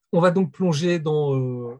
On va donc plonger dans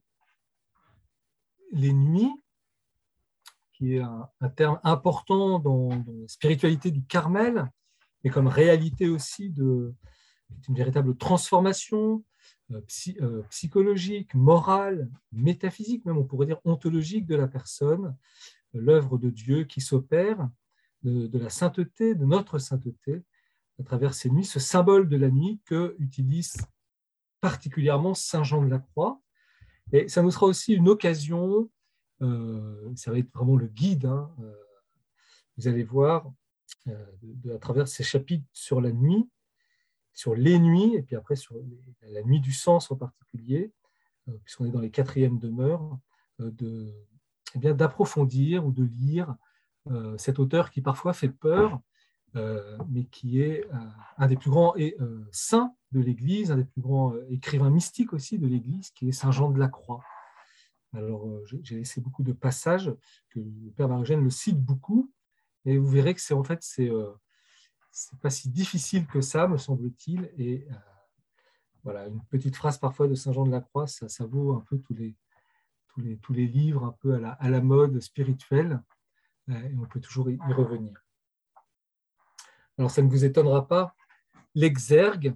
les nuits, qui est un terme important dans la spiritualité du Carmel, mais comme réalité aussi d'une véritable transformation psychologique, morale, métaphysique, même on pourrait dire ontologique de la personne, l'œuvre de Dieu qui s'opère, de la sainteté, de notre sainteté, à travers ces nuits, ce symbole de la nuit que utilise particulièrement Saint Jean de la Croix. Et ça nous sera aussi une occasion, ça va être vraiment le guide, hein, vous allez voir, à travers ces chapitres sur la nuit, sur les nuits, et puis après sur la nuit du sens en particulier, puisqu'on est dans les quatrièmes demeures, d'approfondir ou de lire cet auteur qui parfois fait peur, mais qui est un des plus grands saints de l'Église, un des plus grands écrivains mystiques aussi de l'Église, qui est Saint Jean de la Croix. Alors, j'ai laissé beaucoup de passages que le Père Marie-Eugène le cite beaucoup, et vous verrez que c'est pas si difficile que ça, me semble-t-il. Et voilà, une petite phrase parfois de Saint Jean de la Croix, ça vaut un peu tous les livres un peu à la mode spirituelle, et on peut toujours y revenir. Alors, ça ne vous étonnera pas, l'exergue,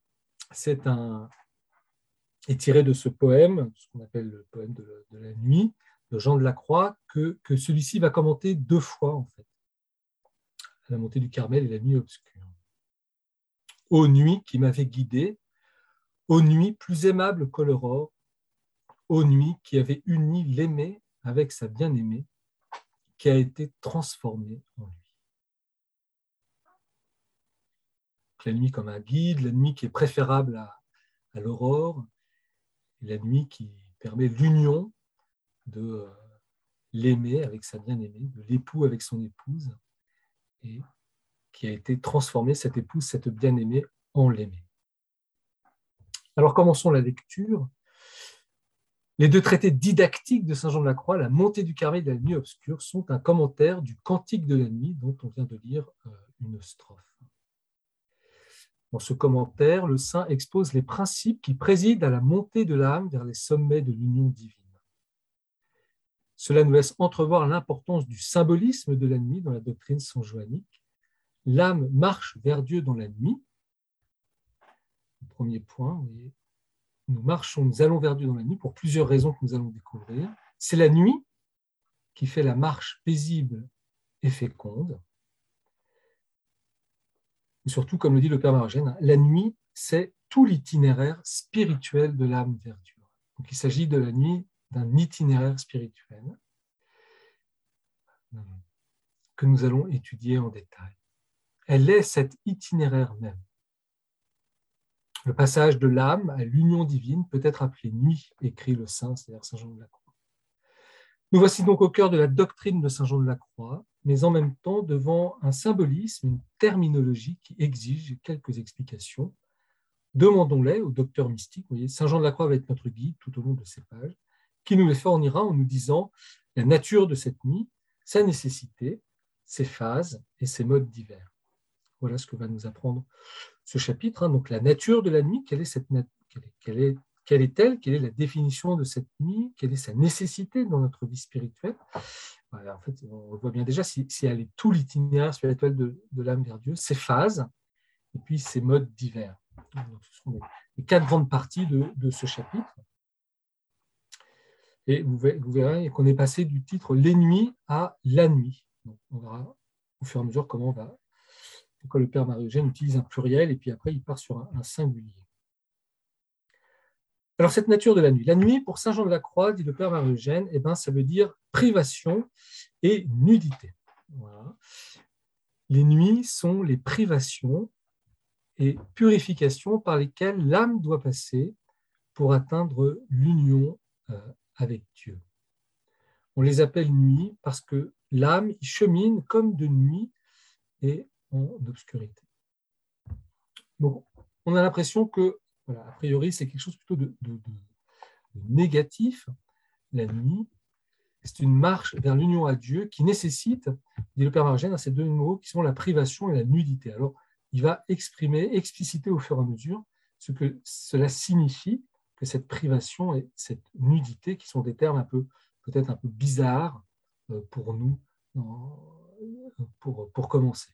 est tiré de ce poème, ce qu'on appelle le poème de la nuit, de Jean de la Croix, que celui-ci va commenter 2 fois, en fait, à la montée du Carmel et la nuit obscure. Ô nuit qui m'avait guidé, ô nuit plus aimable que l'aurore, ô nuit qui avait uni l'aimé avec sa bien-aimée, qui a été transformée en lui. La nuit comme un guide, la nuit qui est préférable à l'aurore, la nuit qui permet l'union de l'aimé avec sa bien-aimée, de l'époux avec son épouse, et qui a été transformée, cette épouse, cette bien-aimée, en l'aimé. Alors commençons la lecture. Les 2 traités didactiques de Saint Jean de la Croix, la montée du Carmel et la nuit obscure, sont un commentaire du Cantique de la nuit dont on vient de lire une strophe. Dans ce commentaire, le saint expose les principes qui président à la montée de l'âme vers les sommets de l'union divine. Cela nous laisse entrevoir l'importance du symbolisme de la nuit dans la doctrine sanjoanique. L'âme marche vers Dieu dans la nuit. Le premier point, nous allons vers Dieu dans la nuit pour plusieurs raisons que nous allons découvrir. C'est la nuit qui fait la marche paisible et féconde. Et surtout, comme le dit le Père Marie-Eugène, la nuit, c'est tout l'itinéraire spirituel de l'âme vers Dieu. Donc il s'agit de la nuit d'un itinéraire spirituel que nous allons étudier en détail. Elle est cet itinéraire même. Le passage de l'âme à l'union divine peut être appelé nuit, écrit le saint, c'est-à-dire Saint Jean de la Croix. Nous voici donc au cœur de la doctrine de Saint Jean de la Croix, mais en même temps devant un symbolisme, une terminologie qui exige quelques explications. Demandons-les au docteur mystique. Vous voyez, Saint Jean de la Croix va être notre guide tout au long de ces pages, qui nous les fournira en nous disant la nature de cette nuit, sa nécessité, ses phases et ses modes divers. Voilà ce que va nous apprendre ce chapitre. Donc la nature de la nuit, quelle est-elle? Quelle est la définition de cette nuit? Quelle est sa nécessité dans notre vie spirituelle? Voilà, en fait, on le voit bien déjà, si elle est tout l'itinéraire spirituel de l'âme vers Dieu, ses phases et puis ses modes divers. Donc, ce sont les 4 grandes parties de ce chapitre. Et vous verrez qu'on est passé du titre « Les nuits » à « La nuit ». Donc, on verra au fur et à mesure pourquoi le Père Marie-Eugène utilise un pluriel et puis après il part sur un singulier. Alors cette nature de la nuit, pour Saint Jean de la Croix, dit le Père Marie-Eugène, ça veut dire privation et nudité. Voilà. Les nuits sont les privations et purifications par lesquelles l'âme doit passer pour atteindre l'union avec Dieu. On les appelle nuits parce que l'âme y chemine comme de nuit et en obscurité. Donc, on a l'impression que, a priori, c'est quelque chose plutôt de négatif. La nuit, c'est une marche vers l'union à Dieu qui nécessite, dit le Père Marie-Eugène, ces 2 mots qui sont la privation et la nudité. Alors, il va expliciter au fur et à mesure ce que cela signifie que cette privation et cette nudité, qui sont des termes peut-être un peu bizarres pour nous, pour commencer.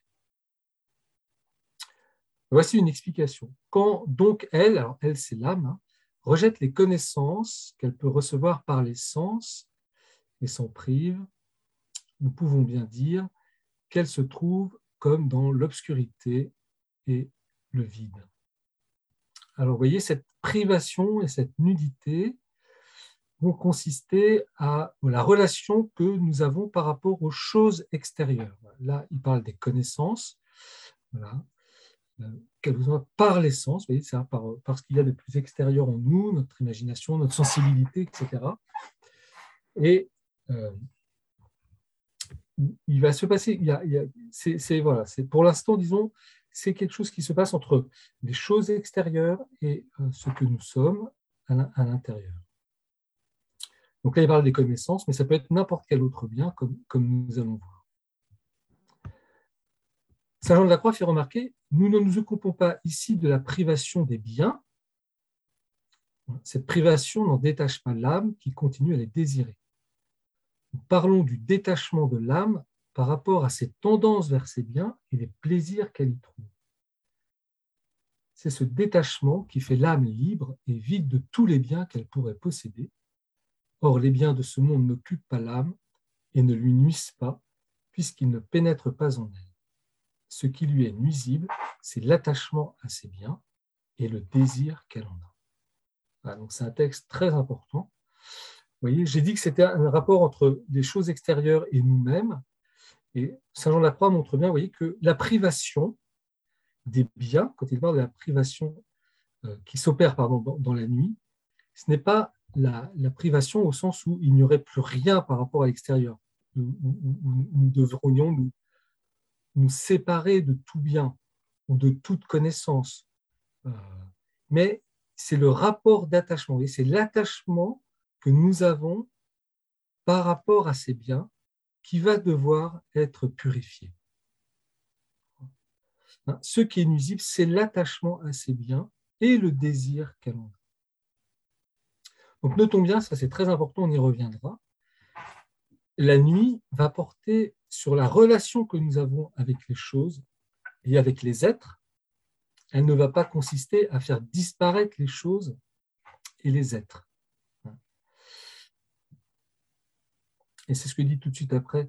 Voici une explication. Quand donc elle, alors elle c'est l'âme, hein, rejette les connaissances qu'elle peut recevoir par les sens et s'en prive, nous pouvons bien dire qu'elle se trouve comme dans l'obscurité et le vide. Alors vous voyez, cette privation et cette nudité vont consister à la relation que nous avons par rapport aux choses extérieures. Là, il parle des connaissances, voilà, qu'elles besoin par les sens, vous voyez, c'est parce qu'il y a de plus extérieur en nous, notre imagination, notre sensibilité, etc. Et il va se passer, voilà, pour l'instant, disons, c'est quelque chose qui se passe entre les choses extérieures et ce que nous sommes à l'intérieur. Donc là, il parle des connaissances, mais ça peut être n'importe quel autre bien, comme nous allons voir. Saint Jean de la Croix fait remarquer, nous ne nous occupons pas ici de la privation des biens. Cette privation n'en détache pas l'âme qui continue à les désirer. Nous parlons du détachement de l'âme par rapport à ses tendances vers ses biens et les plaisirs qu'elle y trouve. C'est ce détachement qui fait l'âme libre et vide de tous les biens qu'elle pourrait posséder. Or, les biens de ce monde n'occupent pas l'âme et ne lui nuisent pas, puisqu'ils ne pénètrent pas en elle. Ce qui lui est nuisible, c'est l'attachement à ses biens et le désir qu'elle en a. Voilà, donc c'est un texte très important. Vous voyez, j'ai dit que c'était un rapport entre les choses extérieures et nous-mêmes. Et Saint Jean de la Croix montre bien, vous voyez, que la privation des biens, quand il parle de la privation qui s'opère dans la nuit, ce n'est pas la privation au sens où il n'y aurait plus rien par rapport à l'extérieur. Nous devrions nous séparer de tout bien ou de toute connaissance. Mais c'est le rapport d'attachement, et c'est l'attachement que nous avons par rapport à ces biens qui va devoir être purifié. Ce qui est nuisible, c'est l'attachement à ces biens et le désir qu'elle en a. Donc notons bien, ça c'est très important, on y reviendra. La nuit va porter sur la relation que nous avons avec les choses et avec les êtres. Elle ne va pas consister à faire disparaître les choses et les êtres. Et c'est ce que dit tout de suite après.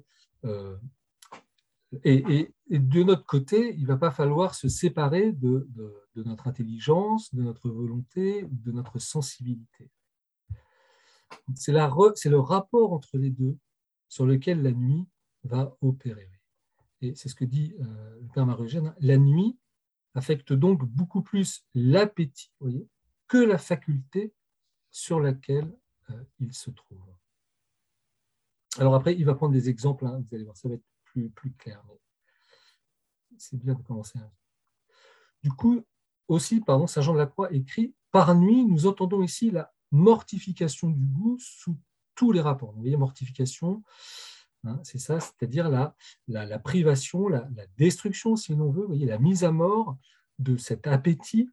Et de notre côté, il ne va pas falloir se séparer de notre intelligence, de notre volonté, de notre sensibilité. C'est le rapport entre les deux sur lequel la nuit va opérer. Et c'est ce que dit le Père Marie-Eugène. La nuit affecte donc beaucoup plus l'appétit, que la faculté sur laquelle il se trouve. Alors après, il va prendre des exemples, vous allez voir, ça va être plus clair. Mais c'est bien de commencer. Du coup, aussi, Saint Jean de la Croix écrit « Par nuit, nous entendons ici la mortification du goût sous tous les rapports. » Vous voyez, mortification, c'est ça, c'est-à-dire la privation, la destruction, si l'on veut, vous voyez, la mise à mort de cet appétit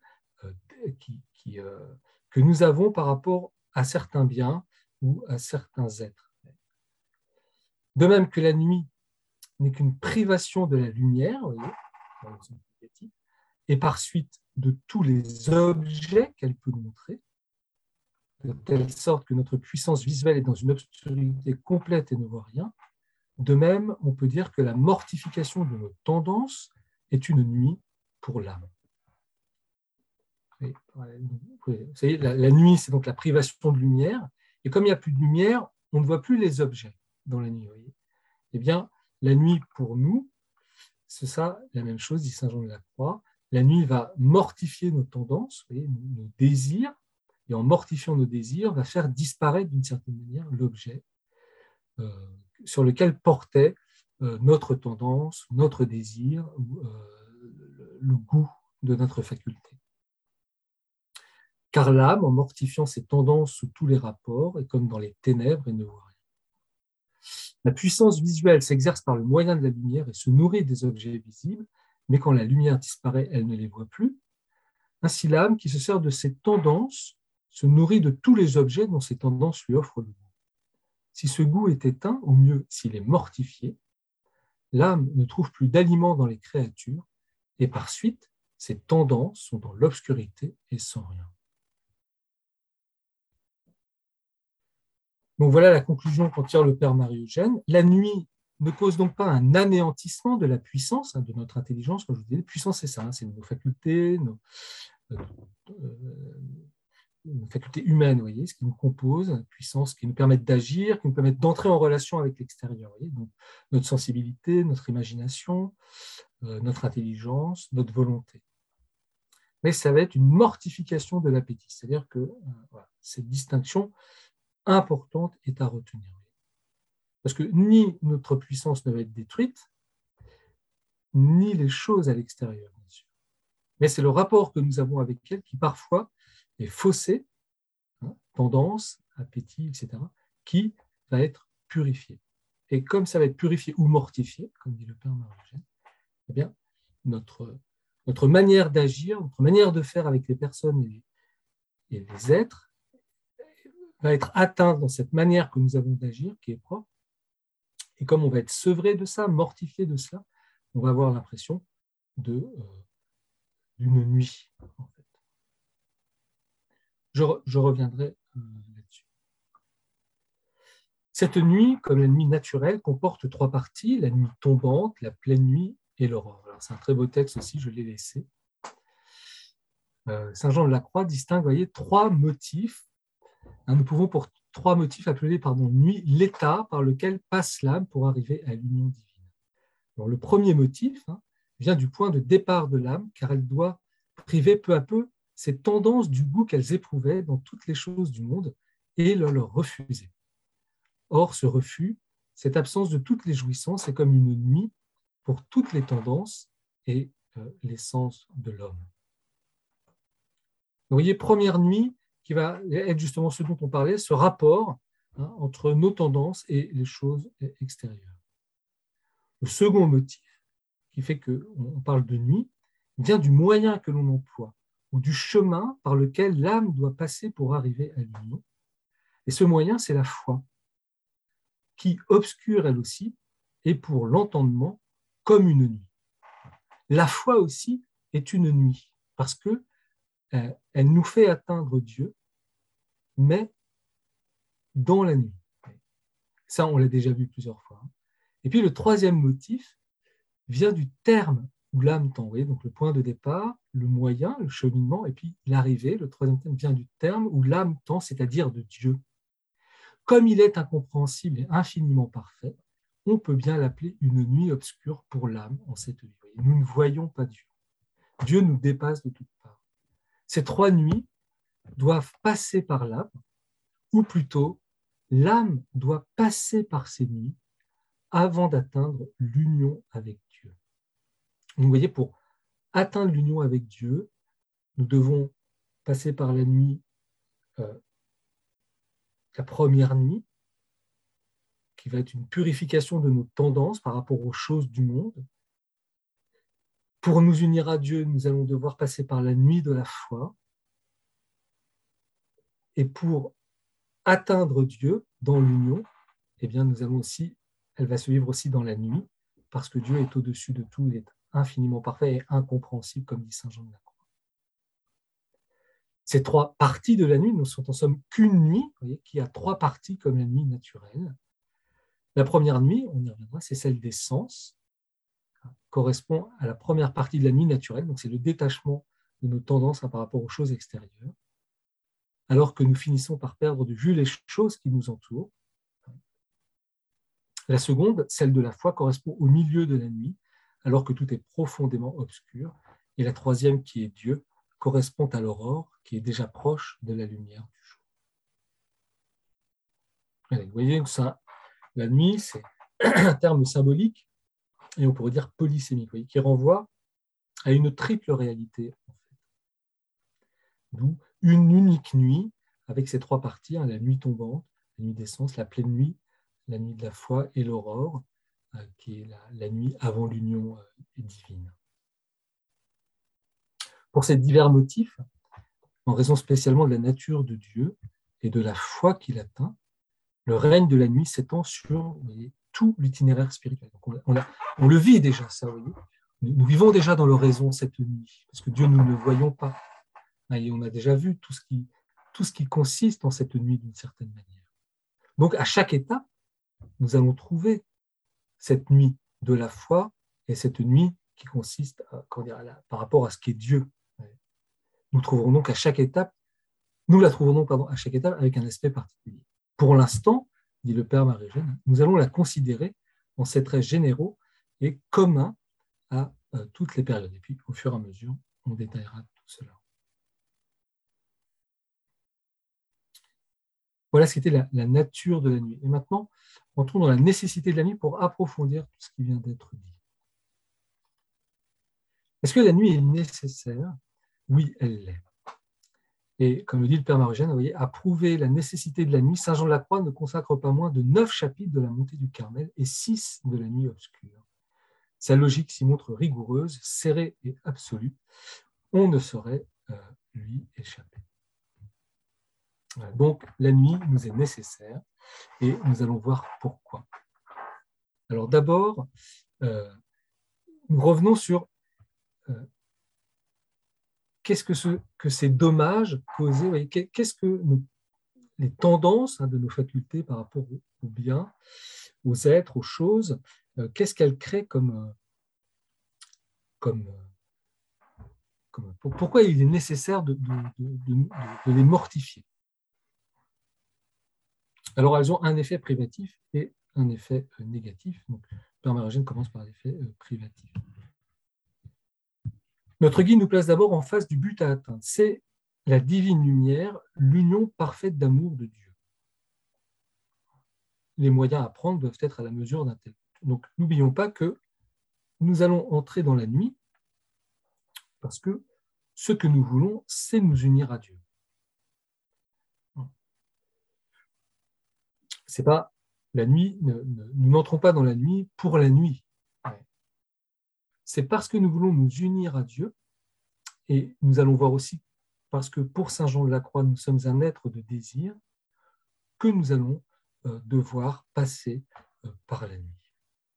que nous avons par rapport à certains biens ou à certains êtres. De même que la nuit n'est qu'une privation de la lumière, vous voyez, et par suite de tous les objets qu'elle peut nous montrer, de telle sorte que notre puissance visuelle est dans une obscurité complète et ne voit rien. De même, on peut dire que la mortification de nos tendances est une nuit pour l'âme. Vous savez, la nuit, c'est donc la privation de lumière, et comme il n'y a plus de lumière, on ne voit plus les objets dans la nuit. Voyez. Eh bien, la nuit pour nous, c'est ça la même chose, dit Saint Jean de la Croix. La nuit va mortifier nos tendances, voyez, nos désirs, et en mortifiant nos désirs, va faire disparaître d'une certaine manière l'objet sur lequel portait notre tendance, notre désir, le goût de notre faculté. Car l'âme, en mortifiant ses tendances sous tous les rapports, est comme dans les ténèbres et ne voit rien. La puissance visuelle s'exerce par le moyen de la lumière et se nourrit des objets visibles, mais quand la lumière disparaît, elle ne les voit plus. Ainsi, l'âme, qui se sert de ses tendances, se nourrit de tous les objets dont ses tendances lui offrent le goût. Si ce goût est éteint, au mieux s'il est mortifié, l'âme ne trouve plus d'aliment dans les créatures et par suite, ses tendances sont dans l'obscurité et sans rien. Donc voilà la conclusion qu'en tire le père Marie-Eugène. La nuit ne cause donc pas un anéantissement de la puissance de notre intelligence. Comme je vous disais, la puissance, c'est ça, c'est nos facultés, nos facultés humaines, vous voyez, ce qui nous compose, la puissance qui nous permet d'agir, qui nous permet d'entrer en relation avec l'extérieur. Donc, notre sensibilité, notre imagination, notre intelligence, notre volonté. Mais ça va être une mortification de l'appétit. C'est-à-dire que voilà, cette distinction importante est à retenir. Parce que ni notre puissance ne va être détruite, ni les choses à l'extérieur, bien sûr. Mais c'est le rapport que nous avons avec elle qui parfois est faussé, tendance, appétit, etc., qui va être purifié. Et comme ça va être purifié ou mortifié, comme dit le père Marie-Eugène, eh bien, notre manière d'agir, notre manière de faire avec les personnes et les êtres va être atteinte dans cette manière que nous avons d'agir, qui est propre. Et comme on va être sevré de ça, mortifié de cela, on va avoir l'impression d'une nuit, en fait. Je reviendrai là-dessus. Cette nuit, comme la nuit naturelle, comporte 3 parties, la nuit tombante, la pleine nuit et l'aurore. C'est un très beau texte aussi, je l'ai laissé. Saint Jean de la Croix distingue, voyez, 3 motifs. Nous pouvons pour 3 motifs appeler nuit l'état par lequel passe l'âme pour arriver à l'union divine. Alors, le premier motif vient du point de départ de l'âme, car elle doit priver peu à peu ces tendances du goût qu'elles éprouvaient dans toutes les choses du monde et leur refuser. Or, ce refus, cette absence de toutes les jouissances est comme une nuit pour toutes les tendances et l'essence de l'homme. Vous voyez, première nuit qui va être justement ce dont on parlait, ce rapport entre nos tendances et les choses extérieures. Le second motif qui fait qu'on parle de nuit vient du moyen que l'on emploie ou du chemin par lequel l'âme doit passer pour arriver à l'union. Et ce moyen, c'est la foi, qui obscure elle aussi et pour l'entendement comme une nuit. La foi aussi est une nuit parce que elle nous fait atteindre Dieu, mais dans la nuit. Ça, on l'a déjà vu plusieurs fois. Et puis le troisième motif vient du terme où l'âme tend. Donc le point de départ, le moyen, le cheminement, et puis l'arrivée. Le troisième terme vient du terme où l'âme tend, c'est-à-dire de Dieu. Comme il est incompréhensible et infiniment parfait, on peut bien l'appeler une nuit obscure pour l'âme en cette nuit. Nous ne voyons pas Dieu. Dieu nous dépasse de toutes parts. Ces 3 nuits doivent passer par l'âme, ou plutôt, l'âme doit passer par ces nuits avant d'atteindre l'union avec Dieu. Vous voyez, pour atteindre l'union avec Dieu, nous devons passer par la nuit, la première nuit, qui va être une purification de nos tendances par rapport aux choses du monde. Pour nous unir à Dieu, nous allons devoir passer par la nuit de la foi. Et pour atteindre Dieu dans l'union, eh bien, nous allons aussi, elle va se vivre aussi dans la nuit, parce que Dieu est au-dessus de tout, il est infiniment parfait et incompréhensible, comme dit Saint Jean de la Croix. Ces 3 parties de la nuit ne sont en somme qu'une nuit, vous voyez, qui a 3 parties comme la nuit naturelle. La première nuit, on y reviendra, c'est celle des sens, correspond à la première partie de la nuit naturelle, donc c'est le détachement de nos tendances par rapport aux choses extérieures, alors que nous finissons par perdre de vue les choses qui nous entourent. La seconde, celle de la foi, correspond au milieu de la nuit, alors que tout est profondément obscur. Et la troisième, qui est Dieu, correspond à l'aurore, qui est déjà proche de la lumière du jour. Allez, vous voyez que ça, la nuit, c'est un terme symbolique, et on pourrait dire polysémique, voyez, qui renvoie à une triple réalité. En fait. D'où une unique nuit, avec ces 3 parties, la nuit tombante, la nuit des sens, la pleine nuit, la nuit de la foi et l'aurore, qui est la nuit avant l'union divine. Pour ces divers motifs, en raison spécialement de la nature de Dieu et de la foi qu'il atteint, le règne de la nuit s'étend sur tout l'itinéraire spirituel. Donc on le vit déjà, ça, vous voyez. Nous vivons déjà dans l'oraison cette nuit, parce que Dieu, nous ne le voyons pas. Et on a déjà vu tout ce qui consiste dans cette nuit d'une certaine manière. Donc, à chaque étape, nous allons trouver cette nuit de la foi et cette nuit qui consiste par rapport à ce qu'est Dieu. Nous trouverons donc à chaque étape, à chaque étape avec un aspect particulier. Pour l'instant, dit le Père Marie-Eugène, nous allons la considérer en ces traits généraux et communs à toutes les périodes. Et puis, au fur et à mesure, on détaillera tout cela. Voilà ce qu'était la nature de la nuit. Et maintenant, entrons dans la nécessité de la nuit pour approfondir tout ce qui vient d'être dit. Est-ce que la nuit est nécessaire? Oui, elle l'est. Et comme le dit le Père Marie-Eugène, vous voyez, à prouver la nécessité de la nuit, saint Jean de la Croix ne consacre pas moins de 9 chapitres de la montée du Carmel et 6 de la nuit obscure. Sa logique s'y montre rigoureuse, serrée et absolue. On ne saurait lui échapper. Donc, la nuit nous est nécessaire et nous allons voir pourquoi. Alors d'abord, nous revenons sur qu'est-ce que ces dommages causés, voyez, qu'est-ce que les tendances de nos facultés par rapport au bien, aux êtres, aux choses, qu'est-ce qu'elles créent pourquoi il est nécessaire de les mortifier. Alors, elles ont un effet privatif et un effet négatif. Donc, Père Marie-Eugène commence par l'effet privatif. Notre guide nous place d'abord en face du but à atteindre. C'est la divine lumière, l'union parfaite d'amour de Dieu. Les moyens à prendre doivent être à la mesure d'un tel but. Donc, n'oublions pas que nous allons entrer dans la nuit parce que ce que nous voulons, c'est nous unir à Dieu. C'est pas la nuit, nous n'entrons pas dans la nuit pour la nuit. C'est parce que nous voulons nous unir à Dieu, et nous allons voir aussi, parce que pour saint Jean de la Croix, nous sommes un être de désir, que nous allons devoir passer par la nuit.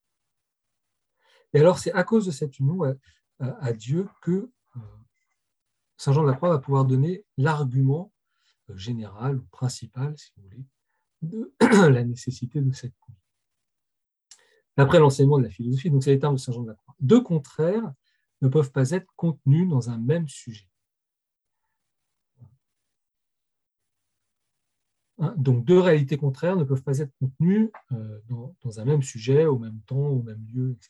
Et alors, c'est à cause de cette union à Dieu que saint Jean de la Croix va pouvoir donner l'argument général ou principal, si vous voulez, de la nécessité de cette nuit. D'après l'enseignement de la philosophie, donc c'est les termes de saint Jean de la Croix, deux contraires ne peuvent pas être contenus dans un même sujet. Donc deux réalités contraires ne peuvent pas être contenues dans un même sujet, au même temps, au même lieu, etc.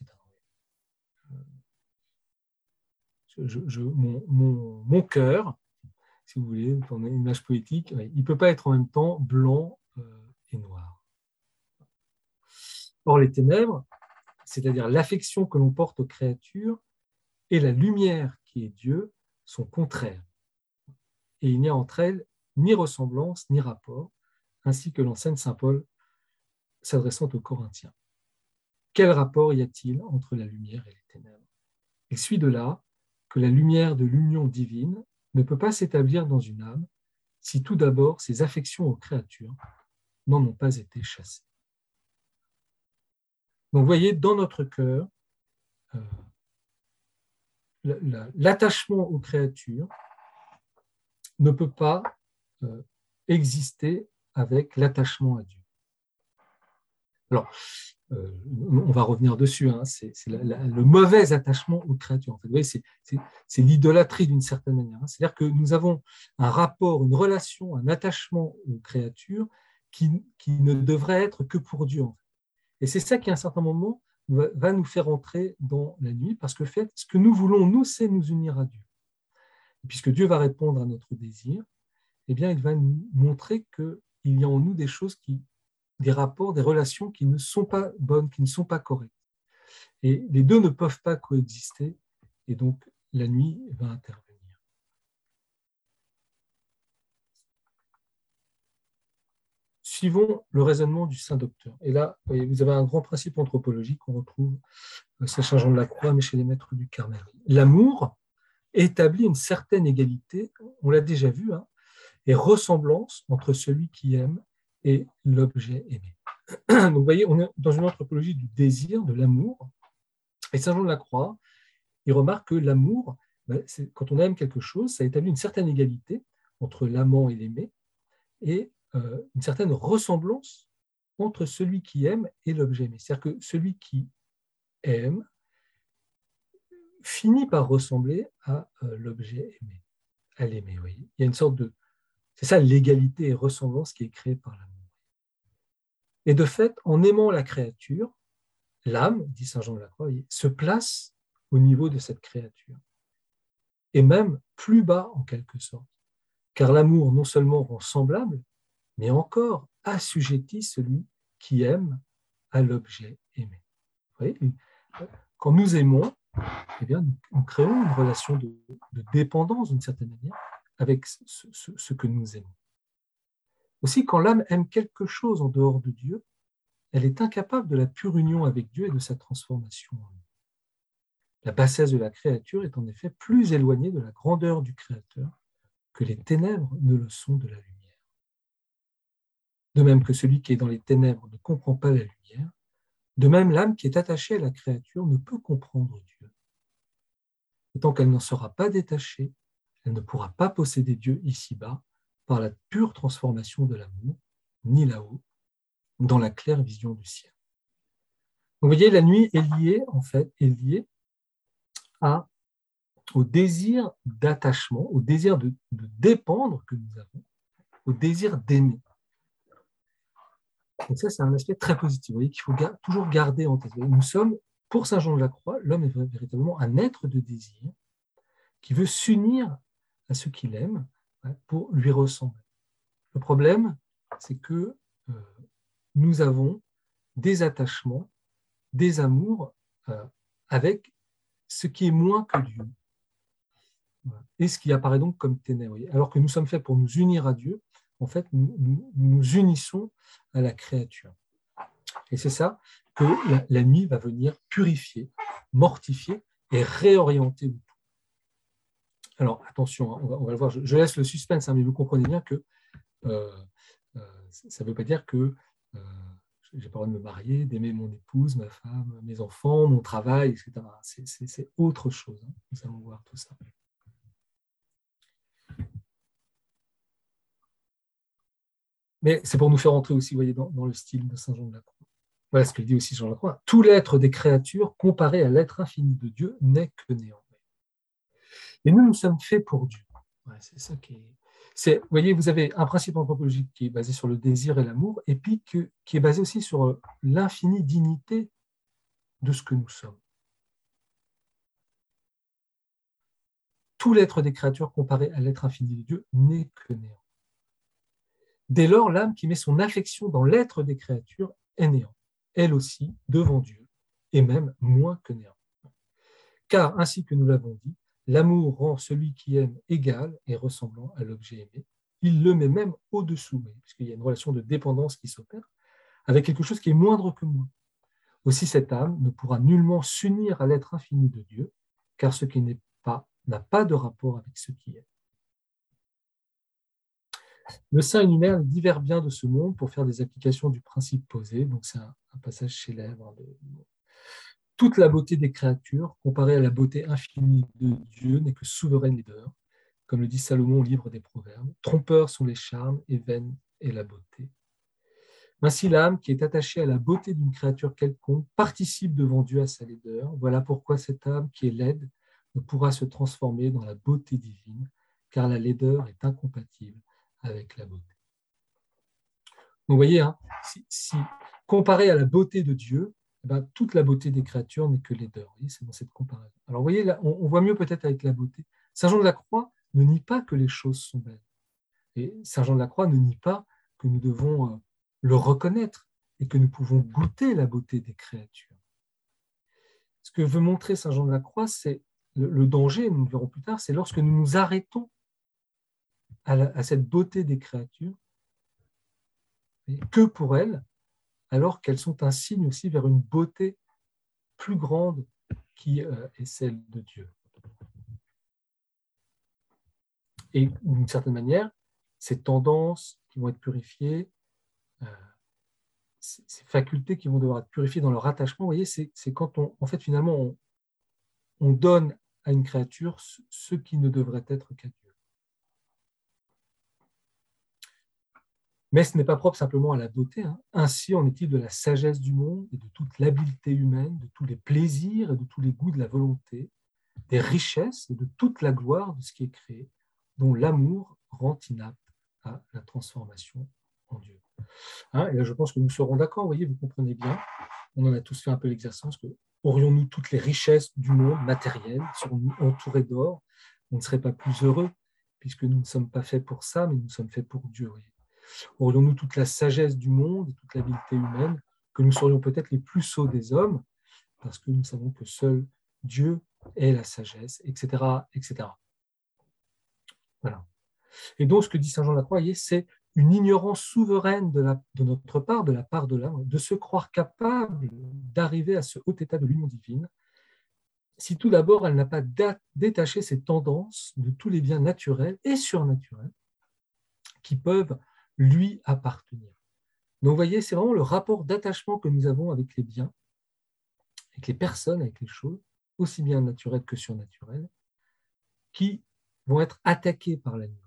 Mon cœur, si vous voulez, pour une image poétique, il ne peut pas être en même temps blanc et noir. Or, les ténèbres, c'est-à-dire l'affection que l'on porte aux créatures, et la lumière qui est Dieu, sont contraires. Et il n'y a entre elles ni ressemblance, ni rapport, ainsi que l'enseigne saint Paul s'adressant aux Corinthiens. Quel rapport y a-t-il entre la lumière et les ténèbres? Il suit de là que la lumière de l'union divine ne peut pas s'établir dans une âme si tout d'abord ses affections aux créatures n'en ont pas été chassées. Donc vous voyez, dans notre cœur, l'attachement aux créatures ne peut pas exister avec l'attachement à Dieu. Alors, on va revenir dessus, c'est le mauvais attachement aux créatures. En fait, vous voyez, c'est l'idolâtrie d'une certaine manière. C'est-à-dire que nous avons un rapport, une relation, un attachement aux créatures qui ne devrait être que pour Dieu. En fait. Et c'est ça qui, à un certain moment, va nous faire entrer dans la nuit, parce que ce que nous voulons, nous, c'est nous unir à Dieu. Et puisque Dieu va répondre à notre désir, eh bien, il va nous montrer qu'il y a en nous des choses des rapports, des relations qui ne sont pas bonnes, qui ne sont pas correctes. Et les deux ne peuvent pas coexister, et donc la nuit va intervenir. Suivons le raisonnement du Saint Docteur. Et là, vous avez un grand principe anthropologique qu'on retrouve chez saint Jean de la Croix, mais chez les maîtres du Carmel. L'amour établit une certaine égalité, on l'a déjà vu, hein, et ressemblance entre celui qui aime et l'objet aimé. Donc vous voyez, on est dans une anthropologie du désir, de l'amour, et Saint Jean de la Croix, il remarque que l'amour, quand on aime quelque chose, ça établit une certaine égalité entre l'amant et l'aimé, et une certaine ressemblance entre celui qui aime et l'objet aimé. C'est-à-dire que celui qui aime finit par ressembler à l'objet aimé, à l'aimer. Il y a une sorte de... C'est ça l'égalité et ressemblance qui est créée par l'amour. Et de fait, en aimant la créature, l'âme, dit Saint Jean de la Croix, se place au niveau de cette créature. Et même plus bas en quelque sorte. Car l'amour non seulement rend semblable, mais encore assujettit celui qui aime à l'objet aimé. Vous voyez, quand nous aimons, eh bien, nous créons une relation de dépendance d'une certaine manière avec ce que nous aimons. Aussi, quand l'âme aime quelque chose en dehors de Dieu, elle est incapable de la pure union avec Dieu et de sa transformation en nous. La bassesse de la créature est en effet plus éloignée de la grandeur du Créateur que les ténèbres ne le sont de la lumière. De même que celui qui est dans les ténèbres ne comprend pas la lumière, de même l'âme qui est attachée à la créature ne peut comprendre Dieu. Et tant qu'elle n'en sera pas détachée, elle ne pourra pas posséder Dieu ici-bas par la pure transformation de l'amour, ni là-haut, dans la claire vision du ciel. Donc, vous voyez, la nuit est liée, en fait, au désir d'attachement, au désir de dépendre que nous avons, au désir d'aimer. Donc ça, c'est un aspect très positif, vous voyez, qu'il faut toujours garder en tête. Nous sommes, pour Saint Jean de la Croix, l'homme est véritablement un être de désir qui veut s'unir à ce qu'il aime pour lui ressembler. Le problème, c'est que nous avons des attachements, des amours avec ce qui est moins que Dieu. Et ce qui apparaît donc comme ténèbres. Alors que nous sommes faits pour nous unir à Dieu, en fait, nous unissons à la créature. Et c'est ça que la nuit va venir purifier, mortifier et réorienter le tout. Alors, attention, on va le voir, je laisse le suspense, mais vous comprenez bien que ça ne veut pas dire que je n'ai pas le droit de me marier, d'aimer mon épouse, ma femme, mes enfants, mon travail, etc. C'est autre chose. Nous allons voir tout ça. Mais c'est pour nous faire entrer aussi, vous voyez, dans le style de Saint Jean de la Croix. Voilà ce que dit aussi Jean de la Croix. Tout l'être des créatures, comparé à l'être infini de Dieu, n'est que néant. Et nous sommes faits pour Dieu. Ouais, c'est ça qui est... Vous voyez, vous avez un principe anthropologique qui est basé sur le désir et l'amour, et puis qui est basé aussi sur l'infinie dignité de ce que nous sommes. Tout l'être des créatures comparé à l'être infini de Dieu n'est que néant. Dès lors, l'âme qui met son affection dans l'être des créatures est néant, elle aussi, devant Dieu, et même moins que néant. Car, ainsi que nous l'avons dit, l'amour rend celui qui aime égal et ressemblant à l'objet aimé. Il le met même au-dessous, puisqu'il y a une relation de dépendance qui s'opère, avec quelque chose qui est moindre que moi. Aussi, cette âme ne pourra nullement s'unir à l'être infini de Dieu, car ce qui n'est pas n'a pas de rapport avec ce qui est. Le saint énumère les divers biens de ce monde pour faire des applications du principe posé. Donc, c'est un passage célèbre. Toute la beauté des créatures, comparée à la beauté infinie de Dieu, n'est que souveraine laideur, comme le dit Salomon au livre des Proverbes. Trompeurs sont les charmes et vaine est la beauté. Ainsi, l'âme qui est attachée à la beauté d'une créature quelconque participe devant Dieu à sa laideur. Voilà pourquoi cette âme qui est laide ne pourra se transformer dans la beauté divine, car la laideur est incompatible avec la beauté. Donc, vous voyez, hein, si comparé à la beauté de Dieu, eh ben, toute la beauté des créatures n'est que laideur. C'est dans cette comparaison. Alors, vous voyez, là, on voit mieux peut-être avec la beauté. Saint Jean de la Croix ne nie pas que les choses sont belles. Et Saint Jean de la Croix ne nie pas que nous devons le reconnaître et que nous pouvons goûter la beauté des créatures. Ce que veut montrer Saint Jean de la Croix, c'est le danger, nous le verrons plus tard, c'est lorsque nous nous arrêtons à cette beauté des créatures, que pour elles, alors qu'elles sont un signe aussi vers une beauté plus grande qui est celle de Dieu. Et d'une certaine manière, ces tendances qui vont être purifiées, ces facultés qui vont devoir être purifiées dans leur attachement, vous voyez, c'est quand en fait, finalement, on donne à une créature ce qui ne devrait être qu'à Dieu. Mais ce n'est pas propre simplement à la beauté. Hein. Ainsi en est-il de la sagesse du monde et de toute l'habileté humaine, de tous les plaisirs et de tous les goûts de la volonté, des richesses et de toute la gloire de ce qui est créé, dont l'amour rend inapte à la transformation en Dieu. Hein, et là, je pense que nous serons d'accord, vous voyez, vous comprenez bien, on en a tous fait un peu l'exercice, que aurions-nous toutes les richesses du monde matériel, serons-nous entourés d'or, on ne serait pas plus heureux, puisque nous ne sommes pas faits pour ça, mais nous sommes faits pour Dieu. Voyez. Aurions-nous toute la sagesse du monde et toute l'habileté humaine, que nous serions peut-être les plus sots des hommes, parce que nous savons que seul Dieu est la sagesse, etc., etc. Voilà. Et donc, ce que dit saint Jean de la Croix, c'est une ignorance souveraine de notre part, de la part de l'âme, de se croire capable d'arriver à ce haut état de l'union divine, si tout d'abord elle n'a pas détaché ses tendances de tous les biens naturels et surnaturels qui peuvent lui appartenir. Donc, vous voyez, c'est vraiment le rapport d'attachement que nous avons avec les biens, avec les personnes, avec les choses, aussi bien naturelles que surnaturelles, qui vont être attaqués par l'ennemi.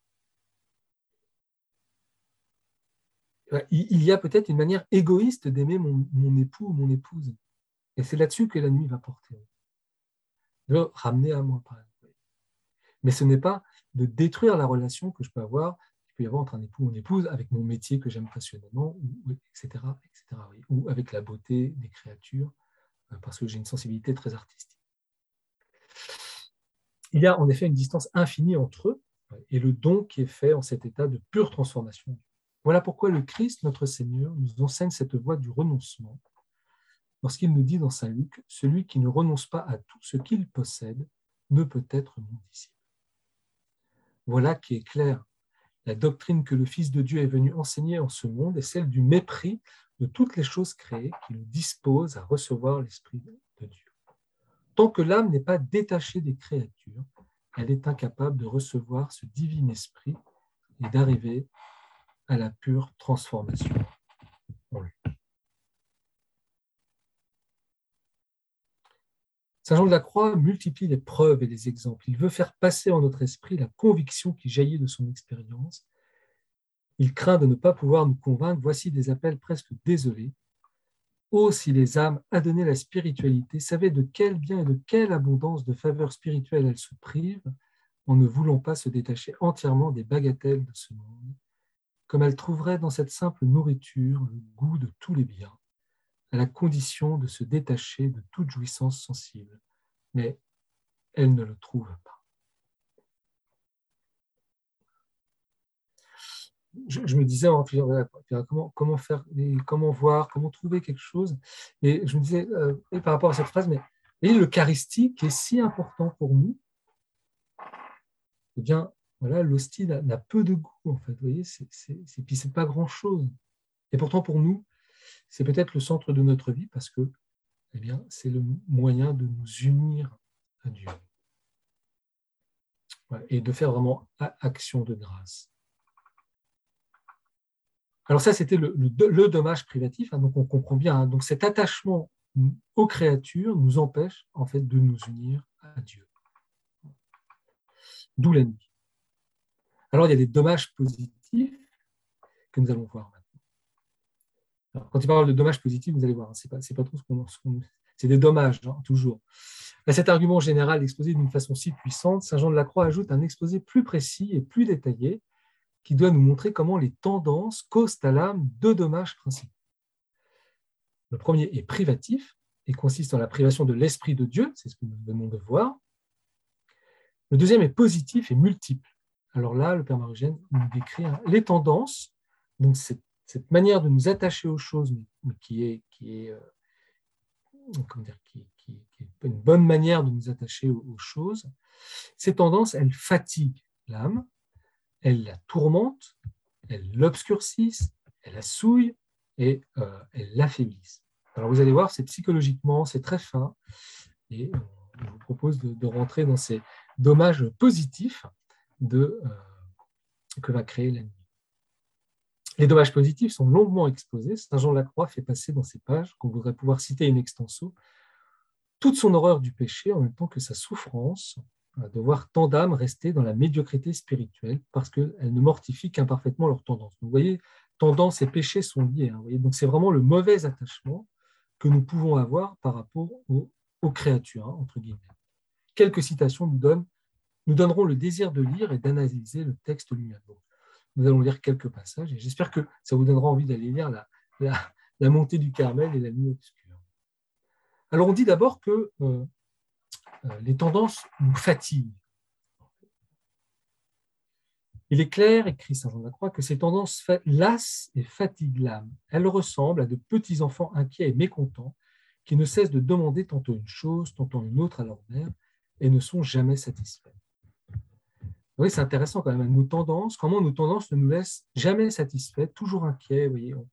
Il y a peut-être une manière égoïste d'aimer mon époux ou mon épouse. Et c'est là-dessus que la nuit va porter. De le ramener à moi, par exemple. Mais ce n'est pas de détruire la relation que je peux avoir, qu'il peut y avoir entre un époux ou une épouse, avec mon métier que j'aime passionnément, etc., etc., oui. Ou avec la beauté des créatures, parce que j'ai une sensibilité très artistique. Il y a en effet une distance infinie entre eux et le don qui est fait en cet état de pure transformation. Voilà pourquoi le Christ, notre Seigneur, nous enseigne cette voie du renoncement, lorsqu'il nous dit dans saint Luc, « Celui qui ne renonce pas à tout ce qu'il possède ne peut être mon disciple. » Voilà qui est clair. La doctrine que le Fils de Dieu est venu enseigner en ce monde est celle du mépris de toutes les choses créées qui nous disposent à recevoir l'Esprit de Dieu. Tant que l'âme n'est pas détachée des créatures, elle est incapable de recevoir ce divin esprit et d'arriver à la pure transformation en lui. Saint Jean de la Croix multiplie les preuves et les exemples. Il veut faire passer en notre esprit la conviction qui jaillit de son expérience. Il craint de ne pas pouvoir nous convaincre. Voici des appels presque désolés. Oh, si les âmes adonnées la spiritualité savaient de quel bien et de quelle abondance de faveurs spirituelles elles se privent en ne voulant pas se détacher entièrement des bagatelles de ce monde, comme elles trouveraient dans cette simple nourriture le goût de tous les biens, à la condition de se détacher de toute jouissance sensible. Mais elles ne le trouvent pas. Je me disais, comment faire, comment voir, comment trouver quelque chose. Et je me disais, par rapport à cette phrase, mais l'Eucharistie qui est si important pour nous, eh bien, voilà, l'hostie n'a peu de goût, en fait. Vous voyez, puis c'est pas grand-chose. Et pourtant, pour nous, c'est peut-être le centre de notre vie parce que, eh bien, c'est le moyen de nous unir à Dieu. Ouais, et de faire vraiment action de grâce. Alors ça, c'était le dommage privatif, hein, donc on comprend bien. Hein, donc cet attachement aux créatures nous empêche en fait de nous unir à Dieu. D'où l'ennemi. Alors il y a des dommages positifs que nous allons voir maintenant. Alors, quand il parle de dommages positifs, vous allez voir, hein, c'est pas trop ce qu'on c'est des dommages, hein, toujours. À cet argument général exposé d'une façon si puissante, saint Jean de la Croix ajoute un exposé plus précis et plus détaillé qui doit nous montrer comment les tendances causent à l'âme deux dommages principaux. Le premier est privatif et consiste en la privation de l'Esprit de Dieu, c'est ce que nous venons de voir. Le deuxième est positif et multiple. Alors là, le Père Marugène nous décrit les tendances, donc cette manière de nous attacher aux choses, mais qui est une bonne manière de nous attacher aux choses. Ces tendances, elles fatiguent l'âme, elles la tourmentent, elles l'obscurcissent, elles la souillent et elles l'affaiblissent. Alors vous allez voir, c'est psychologiquement, c'est très fin, et je vous propose de rentrer dans ces dommages positifs que va créer l'ennemi. Les dommages positifs sont longuement exposés. Saint Jean de la Croix fait passer dans ces pages, qu'on voudrait pouvoir citer in extenso, toute son horreur du péché en même temps que sa souffrance de voir tant d'âmes rester dans la médiocrité spirituelle parce qu'elles ne mortifient qu'imparfaitement leur tendance. Donc, vous voyez, tendance et péché sont liés. Hein, vous voyez, donc c'est vraiment le mauvais attachement que nous pouvons avoir par rapport aux créatures, hein, entre guillemets. Quelques citations nous donneront le désir de lire et d'analyser le texte lui-même. Nous allons lire quelques passages et j'espère que ça vous donnera envie d'aller lire la montée du Carmel et la nuit obscure. Alors on dit d'abord que les tendances nous fatiguent. Il est clair, écrit saint Jean de la Croix, que ces tendances lassent et fatiguent l'âme. Elles ressemblent à de petits enfants inquiets et mécontents qui ne cessent de demander tantôt une chose, tantôt une autre à leur mère et ne sont jamais satisfaits. Oui, c'est intéressant quand même. Comment nos tendances ne nous laissent jamais satisfaits, toujours inquiets. Vous voyez,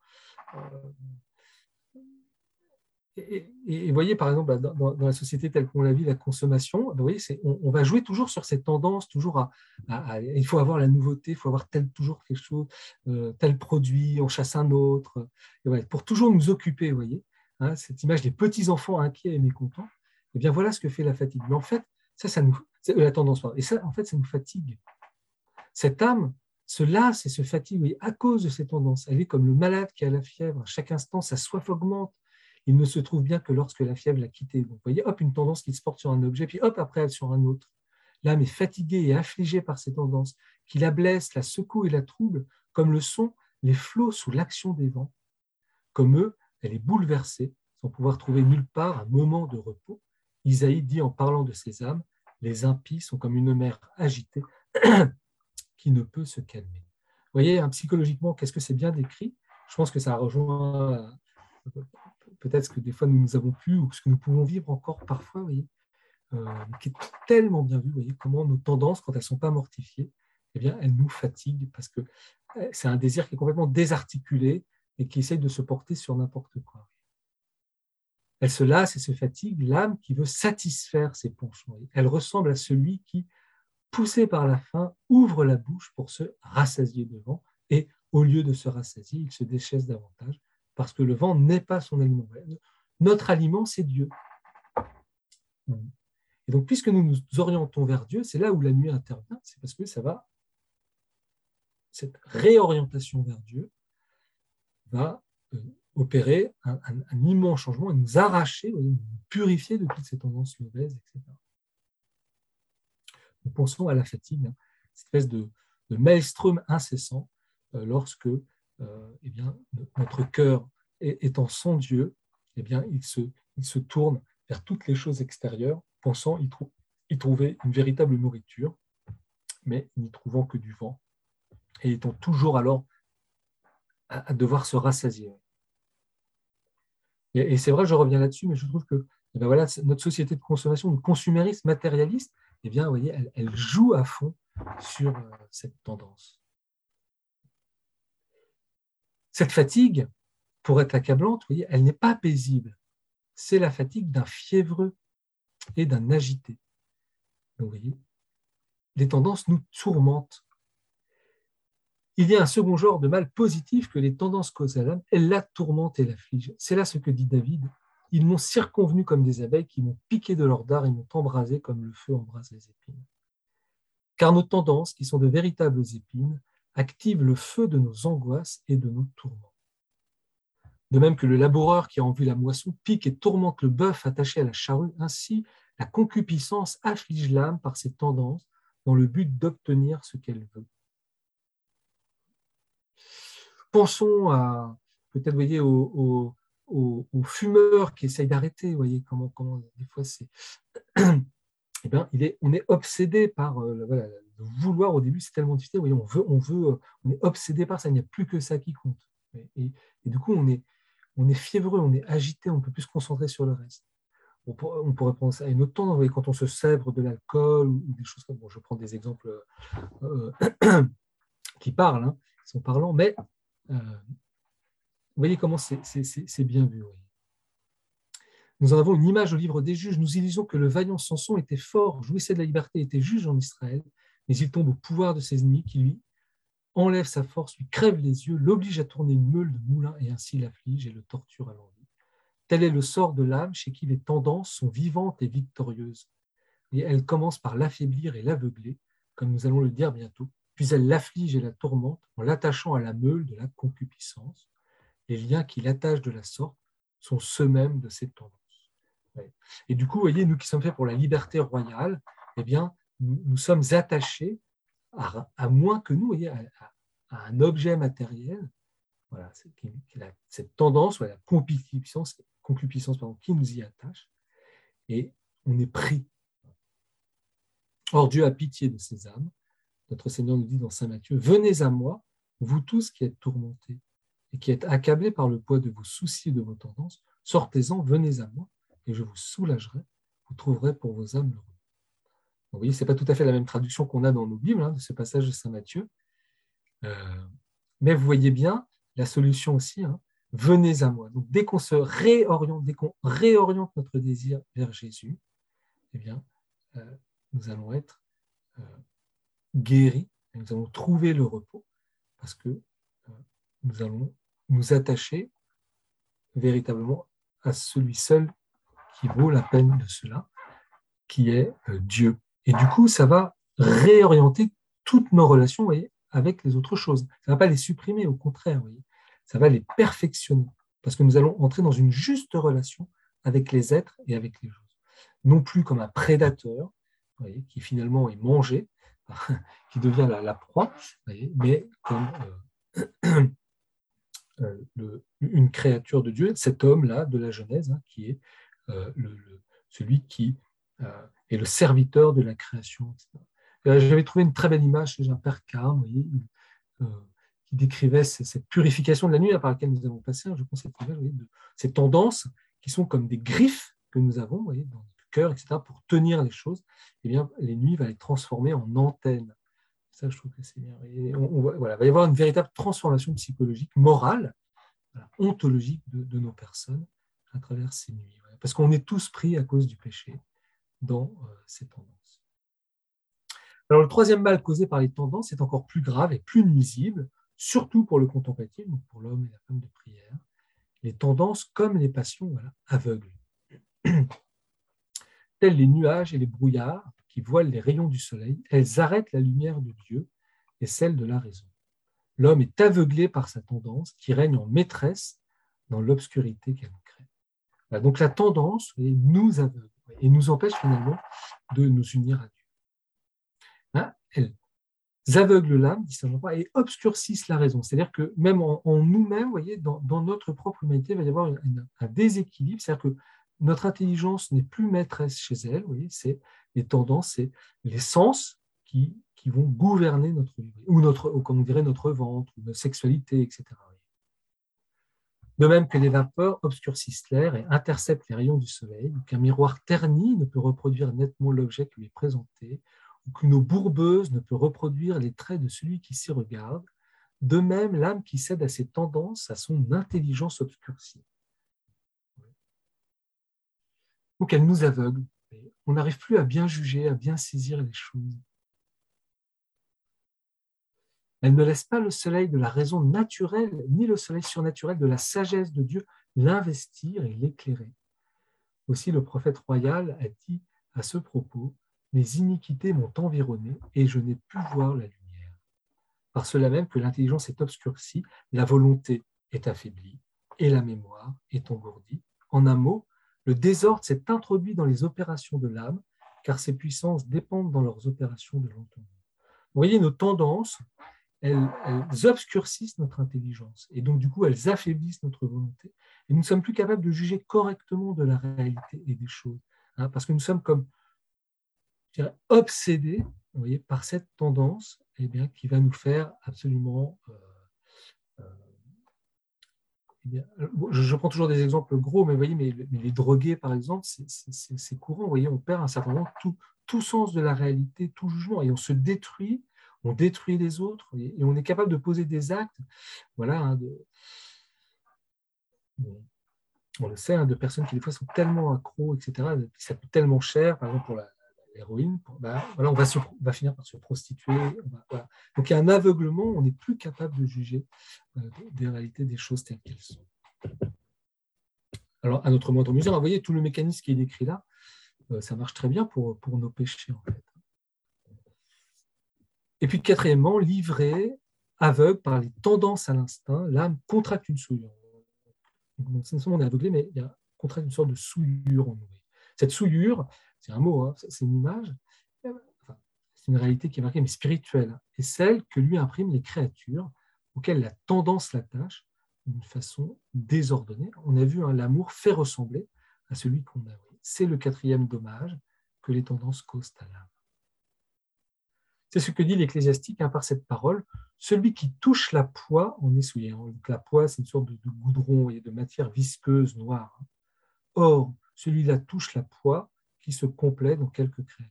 et voyez, par exemple, dans la société telle qu'on la vit, la consommation, vous voyez, on va jouer toujours sur ces tendances, toujours il faut avoir la nouveauté, il faut avoir toujours quelque chose, tel produit, on chasse un autre, et voilà, pour toujours nous occuper, vous voyez, hein, cette image des petits-enfants inquiets et mécontents, et bien voilà ce que fait la fatigue. Mais en fait, la tendance, et ça, en fait, ça nous fatigue. Cette âme se lasse et se fatigue, oui, à cause de ces tendances. Elle est comme le malade qui a la fièvre. À chaque instant, sa soif augmente. Il ne se trouve bien que lorsque la fièvre l'a quitté. Donc, vous voyez, hop, une tendance qui se porte sur un objet, puis hop, après, elle sur un autre. L'âme est fatiguée et affligée par ces tendances, qui la blessent, la secouent et la troublent, comme le sont les flots sous l'action des vents. Comme eux, elle est bouleversée, sans pouvoir trouver nulle part un moment de repos. Isaïe dit en parlant de ces âmes, les impies sont comme une mer agitée qui ne peut se calmer. Vous voyez, hein, psychologiquement, qu'est-ce que c'est bien décrit? Je pense que ça rejoint peut-être ce que des fois nous avons pu ou ce que nous pouvons vivre encore parfois, vous voyez, qui est tellement bien vu, vous voyez, comment nos tendances, quand elles ne sont pas mortifiées, eh bien, elles nous fatiguent parce que c'est un désir qui est complètement désarticulé et qui essaye de se porter sur n'importe quoi. Elle se lasse et se fatigue, l'âme qui veut satisfaire ses penchants. Elle ressemble à celui qui, poussé par la faim, ouvre la bouche pour se rassasier de vent et au lieu de se rassasier, il se déchaisse davantage parce que le vent n'est pas son aliment. Notre aliment, c'est Dieu. Et donc, puisque nous nous orientons vers Dieu, c'est là où la nuit intervient, c'est parce que cette réorientation vers Dieu va opérer un immense changement et nous arracher, nous purifier de toutes ces tendances mauvaises, etc. Nous pensons à la fatigue, cette espèce de maelstrom incessant lorsque eh bien, notre cœur étant sans Dieu, eh bien, il se tourne vers toutes les choses extérieures, pensant y trouver une véritable nourriture, mais n'y trouvant que du vent, et étant toujours alors à devoir se rassasier. Et c'est vrai, je reviens là-dessus, mais je trouve que eh bien voilà, notre société de consommation, de consumérisme matérialiste, eh bien, vous voyez, elle joue à fond sur cette tendance. Cette fatigue, pour être accablante, vous voyez, elle n'est pas paisible. C'est la fatigue d'un fiévreux et d'un agité. Donc, vous voyez, les tendances nous tourmentent. Il y a un second genre de mal positif que les tendances causent à l'âme, elles la tourmentent et l'affligent. C'est là ce que dit David. Ils m'ont circonvenu comme des abeilles qui m'ont piqué de leur dard et m'ont embrasé comme le feu embrase les épines. Car nos tendances, qui sont de véritables épines, activent le feu de nos angoisses et de nos tourments. De même que le laboureur qui a en vue la moisson pique et tourmente le bœuf attaché à la charrue, ainsi la concupiscence afflige l'âme par ses tendances dans le but d'obtenir ce qu'elle veut. Pensons à, peut-être, vous voyez, aux fumeurs qui essayent d'arrêter, vous voyez, comment des fois c'est... Eh bien, on est obsédé par voilà, le vouloir. Au début, c'est tellement difficile. Vous voyez, on est obsédé par ça. Il n'y a plus que ça qui compte. Et du coup, on est fiévreux, on est agité, on ne peut plus se concentrer sur le reste. On pourrait prendre ça à une autre tendance. Vous voyez, quand on se sèvre de l'alcool ou des choses comme ça. Bon, je prends des exemples qui parlent, hein, qui sont parlants, mais vous voyez comment c'est bien vu. Oui. Nous en avons une image au livre des Juges. Nous y lisons que le vaillant Samson était fort, jouissait de la liberté, était juge en Israël, mais il tombe au pouvoir de ses ennemis qui lui enlève sa force, lui crève les yeux, l'oblige à tourner une meule de moulin et ainsi l'afflige et le torture à l'envie. Tel est le sort de l'âme chez qui les tendances sont vivantes et victorieuses. Et elle commence par l'affaiblir et l'aveugler, comme nous allons le dire bientôt, puis elle l'afflige et la tourmente en l'attachant à la meule de la concupiscence. Les liens qui l'attachent de la sorte sont ceux-mêmes de ces tendances. Ouais. Et du coup, vous voyez, nous qui sommes faits pour la liberté royale, eh bien, nous sommes attachés à moins que nous, voyez, à un objet matériel, voilà, cette tendance, voilà, concupiscence pardon, qui nous y attache, et on est pris. Or, Dieu a pitié de ces âmes. Notre Seigneur nous dit dans Saint Matthieu, « Venez à moi, vous tous qui êtes tourmentés et qui êtes accablés par le poids de vos soucis et de vos tendances, sortez-en, venez à moi, et je vous soulagerai, vous trouverez pour vos âmes le repos. » Vous voyez, ce n'est pas tout à fait la même traduction qu'on a dans nos Bibles, de ce passage de Saint Matthieu. Mais vous voyez bien la solution aussi, venez à moi. Donc, dès qu'on se réoriente, dès qu'on réoriente notre désir vers Jésus, eh bien, nous allons être guéris, et nous allons trouver le repos, parce que nous allons nous attacher véritablement à celui seul qui vaut la peine de cela, qui est Dieu. Et du coup, ça va réorienter toutes nos relations, vous voyez, avec les autres choses. Ça ne va pas les supprimer, au contraire, vous voyez. Ça va les perfectionner, parce que nous allons entrer dans une juste relation avec les êtres et avec les choses. Non plus comme un prédateur, vous voyez, qui finalement est mangé, qui devient la proie, vous voyez, mais comme une créature de Dieu, cet homme-là de la Genèse, qui est celui qui est le serviteur de la création, etc. J'avais trouvé une très belle image chez un père Carme, vous voyez, qui décrivait cette purification de la nuit par laquelle nous avons passé, je pense, cette image, vous voyez, de ces tendances qui sont comme des griffes que nous avons, vous voyez, dans notre cœur, etc., pour tenir les choses. Eh bien, les nuits va les transformer en antennes. Ça, je trouve que c'est bien. Et voilà, il va y avoir une véritable transformation psychologique, morale, voilà, ontologique de nos personnes à travers ces nuits. Voilà, parce qu'on est tous pris à cause du péché dans ces tendances. Alors, le troisième mal causé par les tendances est encore plus grave et plus nuisible, surtout pour le contemplatif, donc pour l'homme et la femme de prière. Les tendances, comme les passions, voilà, aveuglent. Tels les nuages et les brouillards qui voilent les rayons du soleil, elles arrêtent la lumière de Dieu et celle de la raison. L'homme est aveuglé par sa tendance qui règne en maîtresse dans l'obscurité qu'elle crée. Voilà, donc la tendance nous aveugle et nous empêche finalement de nous unir à Dieu. Elles aveuglent l'âme, dit Saint Jean-Paul, et obscurcissent la raison. C'est-à-dire que même en nous-mêmes, vous voyez, dans notre propre humanité, il va y avoir un déséquilibre. C'est-à-dire que notre intelligence n'est plus maîtresse chez elle. Vous voyez, c'est les tendances, c'est les sens qui vont gouverner notre vie, ou comme on dirait, notre ventre, ou notre sexualité, etc. De même que les vapeurs obscurcissent l'air et interceptent les rayons du soleil, ou qu'un miroir terni ne peut reproduire nettement l'objet qui lui est présenté, ou qu'une eau bourbeuse ne peut reproduire les traits de celui qui s'y regarde, de même l'âme qui cède à ses tendances, à son intelligence obscurcie. Donc elle nous aveugle. On n'arrive plus à bien juger, à bien saisir les choses. Elle ne laisse pas le soleil de la raison naturelle, ni le soleil surnaturel de la sagesse de Dieu l'investir et l'éclairer. Aussi le prophète royal a dit à ce propos, « Les iniquités m'ont environné et je n'ai pu voir la lumière. » Par cela même que l'intelligence est obscurcie, la volonté est affaiblie et la mémoire est engourdie. En un mot, le désordre s'est introduit dans les opérations de l'âme, car ses puissances dépendent dans leurs opérations de l'entendement. Vous voyez, nos tendances, elles obscurcissent notre intelligence et donc du coup elles affaiblissent notre volonté et nous ne sommes plus capables de juger correctement de la réalité et des choses, parce que nous sommes comme obsédés, vous voyez, par cette tendance qui va nous faire absolument je prends toujours des exemples gros, mais vous voyez, mais les drogués par exemple, c'est courant, vous voyez, on perd un certain moment tout sens de la réalité, tout jugement, et on se détruit, on détruit les autres, et on est capable de poser des actes, voilà, on le sait, de personnes qui des fois sont tellement accros, etc., ça coûte tellement cher, par exemple pour la l'héroïne, voilà, on va finir par se prostituer. Voilà. Donc il y a un aveuglement, on n'est plus capable de juger des réalités des choses telles qu'elles sont. Alors, à notre moindre mesure, vous voyez, tout le mécanisme qui est décrit là, ça marche très bien pour nos péchés, en fait. Et puis, quatrièmement, livré, aveugle par les tendances à l'instinct, l'âme contracte une souillure. Donc, non seulement on est aveuglé, mais il y a contracte une sorte de souillure en nous. Cette souillure, c'est un mot, hein, c'est une image, enfin, c'est une réalité qui est marquée, mais spirituelle, et celle que lui impriment les créatures auxquelles la tendance l'attache d'une façon désordonnée. On a vu, hein, l'amour fait ressembler à celui qu'on a. C'est le quatrième dommage que les tendances causent à l'âme. C'est ce que dit l'Ecclésiastique, hein, par cette parole. Celui qui touche la poix en est souillé. Donc, la poix, c'est une sorte de goudron et de matière visqueuse noire. Or, celui-là touche la poix qui se complaît dans quelques créatures.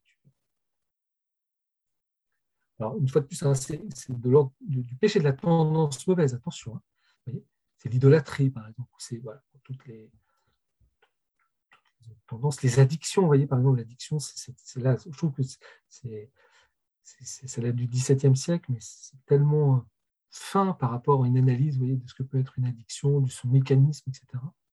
Alors, une fois de plus, hein, c'est de l'ordre du péché de la tendance mauvaise. Attention, hein. Vous voyez, c'est l'idolâtrie, par exemple. C'est voilà, toutes les tendances, les addictions. Vous voyez, par exemple, l'addiction, c'est là. Je trouve que ça date du XVIIe siècle, mais c'est tellement fin par rapport à une analyse, vous voyez, de ce que peut être une addiction, de son mécanisme, etc.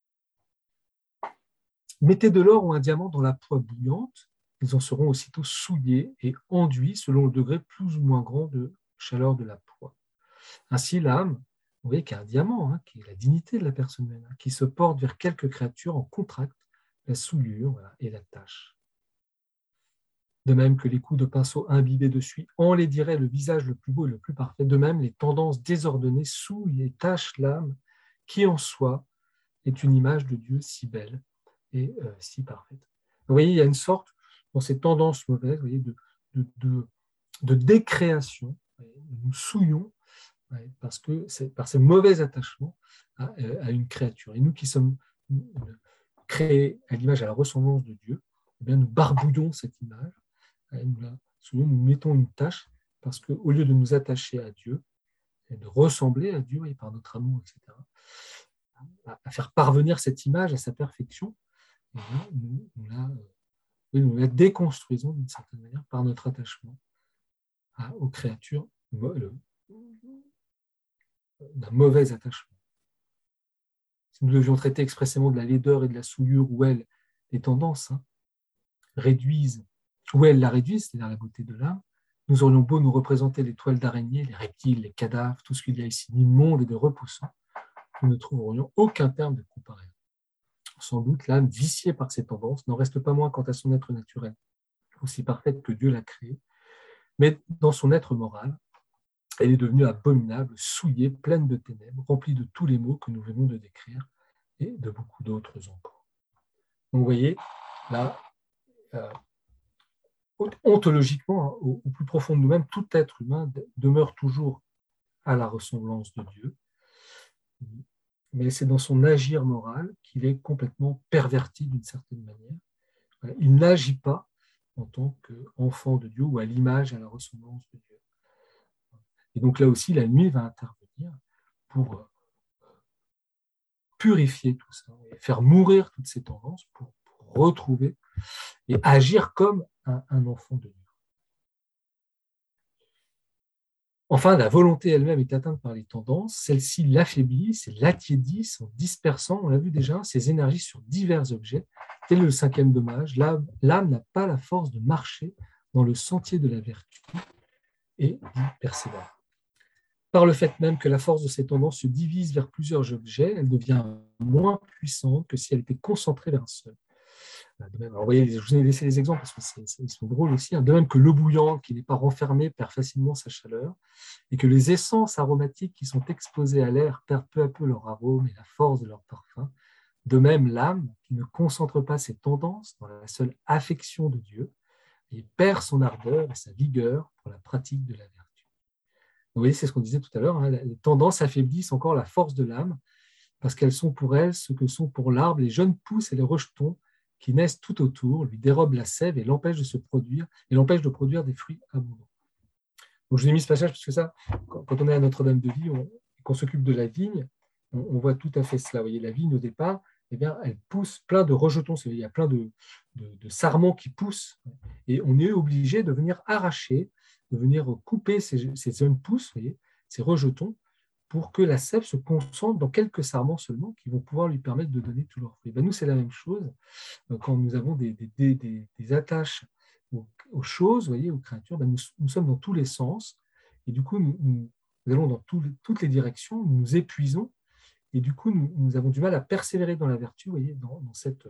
Mettez de l'or ou un diamant dans la poix bouillante, ils en seront aussitôt souillés et enduits selon le degré plus ou moins grand de chaleur de la poix. Ainsi, l'âme, vous voyez qu'il y a un diamant, hein, qui est la dignité de la personne humaine, hein, qui se porte vers quelques créatures en contracte la souillure, voilà, et la tache. De même que les coups de pinceau imbibés de suie enlaidiraient le visage le plus beau et le plus parfait, de même les tendances désordonnées souillent et tachent l'âme qui en soi est une image de Dieu si belle et si parfaite. Vous voyez, il y a une sorte, dans ces tendances mauvaises, vous voyez, de décréation. Nous souillons, parce que c'est par ces mauvais attachements à une créature. Et nous qui sommes créés à l'image, à la ressemblance de Dieu, eh bien, nous barbouillons cette image. Nous mettons une tâche parce qu'au lieu de nous attacher à Dieu, et de ressembler à Dieu et par notre amour, etc., à faire parvenir cette image à sa perfection, nous la déconstruisons d'une certaine manière par notre attachement aux créatures d'un mauvais attachement. Si nous devions traiter expressément de la laideur et de la souillure où elles, les tendances, hein, réduisent, où elles la réduisent, c'est-à-dire la beauté de l'âme, nous aurions beau nous représenter les toiles d'araignée, les reptiles, les cadavres, tout ce qu'il y a ici d'immonde et de repoussant, nous ne trouverions aucun terme de comparaison. Sans doute, l'âme, viciée par ces tendances, n'en reste pas moins quant à son être naturel, aussi parfaite que Dieu l'a créée, mais dans son être moral, elle est devenue abominable, souillée, pleine de ténèbres, remplie de tous les maux que nous venons de décrire et de beaucoup d'autres encore. Donc vous voyez, là, ontologiquement, hein, au plus profond de nous-mêmes, tout être humain demeure toujours à la ressemblance de Dieu, mais c'est dans son agir moral qu'il est complètement perverti d'une certaine manière. Il n'agit pas en tant qu'enfant de Dieu ou à l'image et à la ressemblance de Dieu. Et donc là aussi, la nuit va intervenir pour purifier tout ça, et faire mourir toutes ces tendances pour retrouver et agir comme un enfant de Dieu. Enfin, la volonté elle-même est atteinte par les tendances, celles-ci l'affaiblissent et l'attiédissent en dispersant, on l'a vu déjà, ses énergies sur divers objets. Tel est le cinquième dommage, l'âme n'a pas la force de marcher dans le sentier de la vertu et d'y persévérer. Par le fait même que la force de ces tendances se divise vers plusieurs objets, elle devient moins puissante que si elle était concentrée vers un seul. De même, alors, vous voyez, je vous ai laissé les exemples parce qu'ils sont drôles aussi. De même que l'eau bouillante qui n'est pas renfermée perd facilement sa chaleur et que les essences aromatiques qui sont exposées à l'air perdent peu à peu leur arôme et la force de leur parfum. De même, l'âme qui ne concentre pas ses tendances dans la seule affection de Dieu et perd son ardeur et sa vigueur pour la pratique de la vertu. Vous voyez, c'est ce qu'on disait tout à l'heure, hein, les tendances affaiblissent encore la force de l'âme parce qu'elles sont pour elle ce que sont pour l'arbre les jeunes pousses et les rejetons qui naissent tout autour, lui dérobent la sève et l'empêchent de se produire, et l'empêchent de produire des fruits abondants. Donc, je vous ai mis ce passage parce que ça, quand on est à Notre-Dame de Vie, qu'on s'occupe de la vigne, on voit tout à fait cela. Vous voyez, la vigne au départ, eh bien, elle pousse plein de rejetons. Il y a plein de sarments qui poussent. Et on est obligé de venir arracher, de venir couper ces jeunes pousses, vous voyez, ces rejetons, pour que la sève se concentre dans quelques sarments seulement qui vont pouvoir lui permettre de donner tout leur fruit. Ben, nous, c'est la même chose. Quand nous avons des attaches aux choses, vous voyez, aux créatures, ben nous sommes dans tous les sens. Et du coup, nous allons dans toutes les directions, nous nous épuisons. Et du coup, nous avons du mal à persévérer dans la vertu, vous voyez, dans cette,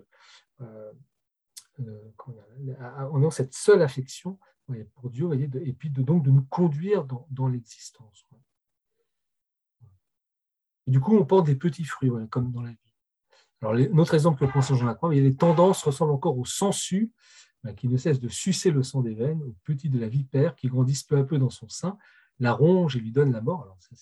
en ayant cette seule affection, voyez, pour Dieu, voyez, et puis donc de nous conduire dans l'existence. Et du coup, on porte des petits fruits, voilà, comme dans la vie. Alors, notre exemple que prend Saint Jean Lacroix, les tendances ressemblent encore aux sangsues qui ne cessent de sucer le sang des veines, aux petits de la vipère qui grandissent peu à peu dans son sein, la ronge et lui donnent la mort. Alors, ça,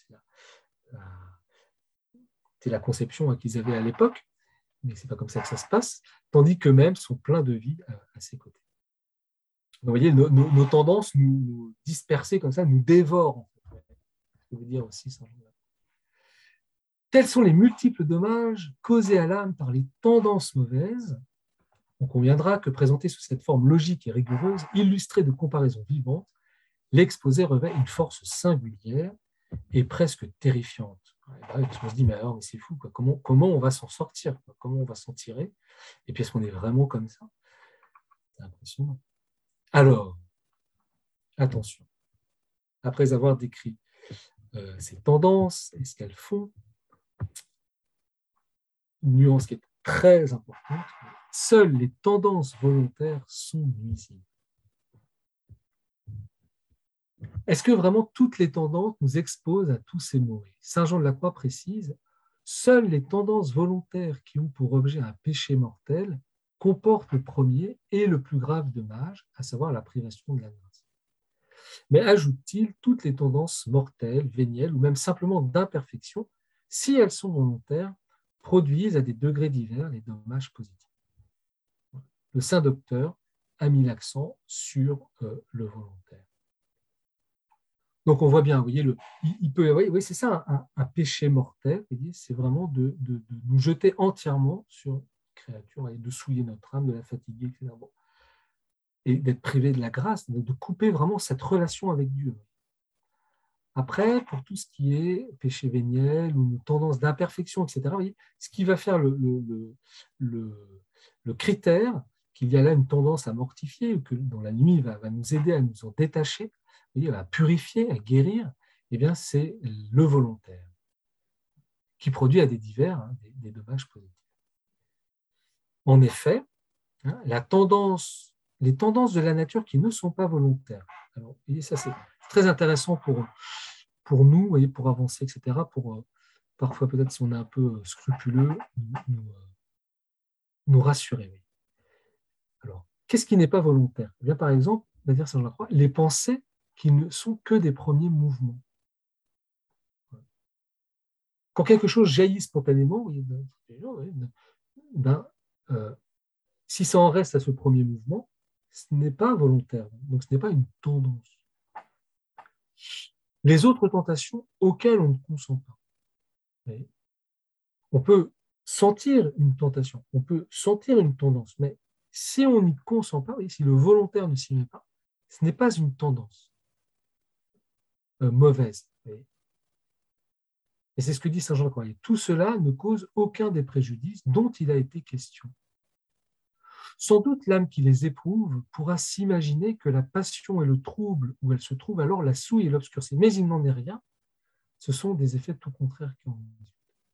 c'est la conception qu'ils avaient à l'époque, mais ce n'est pas comme ça que ça se passe, tandis qu'eux-mêmes sont pleins de vie à ses côtés. Donc, vous voyez, nos tendances nous disperser comme ça, nous dévorent. En fait. Ce que veut dire aussi Saint Jean Lacroix. Tels sont les multiples dommages causés à l'âme par les tendances mauvaises. On conviendra que présenté sous cette forme logique et rigoureuse, illustrée de comparaisons vivantes, l'exposé revêt une force singulière et presque terrifiante. Parce qu'on se dit, mais c'est fou, quoi. Comment on va s'en sortir, quoi. Comment on va s'en tirer? Et puis, est-ce qu'on est vraiment comme ça? C'est impressionnant. Alors, attention, après avoir décrit ces tendances et ce qu'elles font, une nuance qui est très importante, seules les tendances volontaires sont nuisibles. Est-ce que vraiment toutes les tendances nous exposent à tous ces maux? Saint Jean de la Croix précise, seules les tendances volontaires qui ont pour objet un péché mortel comportent le premier et le plus grave dommage, à savoir la privation de la grâce. Mais ajoute-t-il, toutes les tendances mortelles, vénielles ou même simplement d'imperfection, si elles sont volontaires, produisent à des degrés divers les dommages positifs. Le Saint Docteur a mis l'accent sur le volontaire. Donc on voit bien, vous voyez, oui, c'est ça, un péché mortel, c'est vraiment de nous jeter entièrement sur une créature et de souiller notre âme, de la fatiguer, etc. Bon. Et d'être privé de la grâce, de couper vraiment cette relation avec Dieu. Après, pour tout ce qui est péché véniel ou tendance d'imperfection, etc., vous voyez, ce qui va faire le critère qu'il y a là une tendance à mortifier, ou que dans la nuit va nous aider à nous en détacher, à purifier, à guérir, eh bien, c'est le volontaire qui produit à des divers des dommages positifs. En effet, les tendances de la nature qui ne sont pas volontaires. Alors, ça, c'est très intéressant pour nous, voyez, pour avancer, etc., pour parfois, peut-être, si on est un peu scrupuleux, nous rassurer. Alors, qu'est-ce qui n'est pas volontaire? Eh bien, par exemple, va dire Saint Jean de la Croix, les pensées qui ne sont que des premiers mouvements. Quand quelque chose jaillit spontanément, si ça en reste à ce premier mouvement, ce n'est pas volontaire, donc ce n'est pas une tendance. Les autres tentations auxquelles on ne consent pas. On peut sentir une tentation, on peut sentir une tendance, mais si on n'y consent pas, si le volontaire ne s'y met pas, ce n'est pas une tendance mauvaise. Et c'est ce que dit Saint Jean de la Croix. Tout cela ne cause aucun des préjudices dont il a été question. Sans doute l'âme qui les éprouve pourra s'imaginer que la passion et le trouble où elle se trouve alors la souille et l'obscurcit. Mais il n'en est rien. Ce sont des effets tout contraires qui en résultent.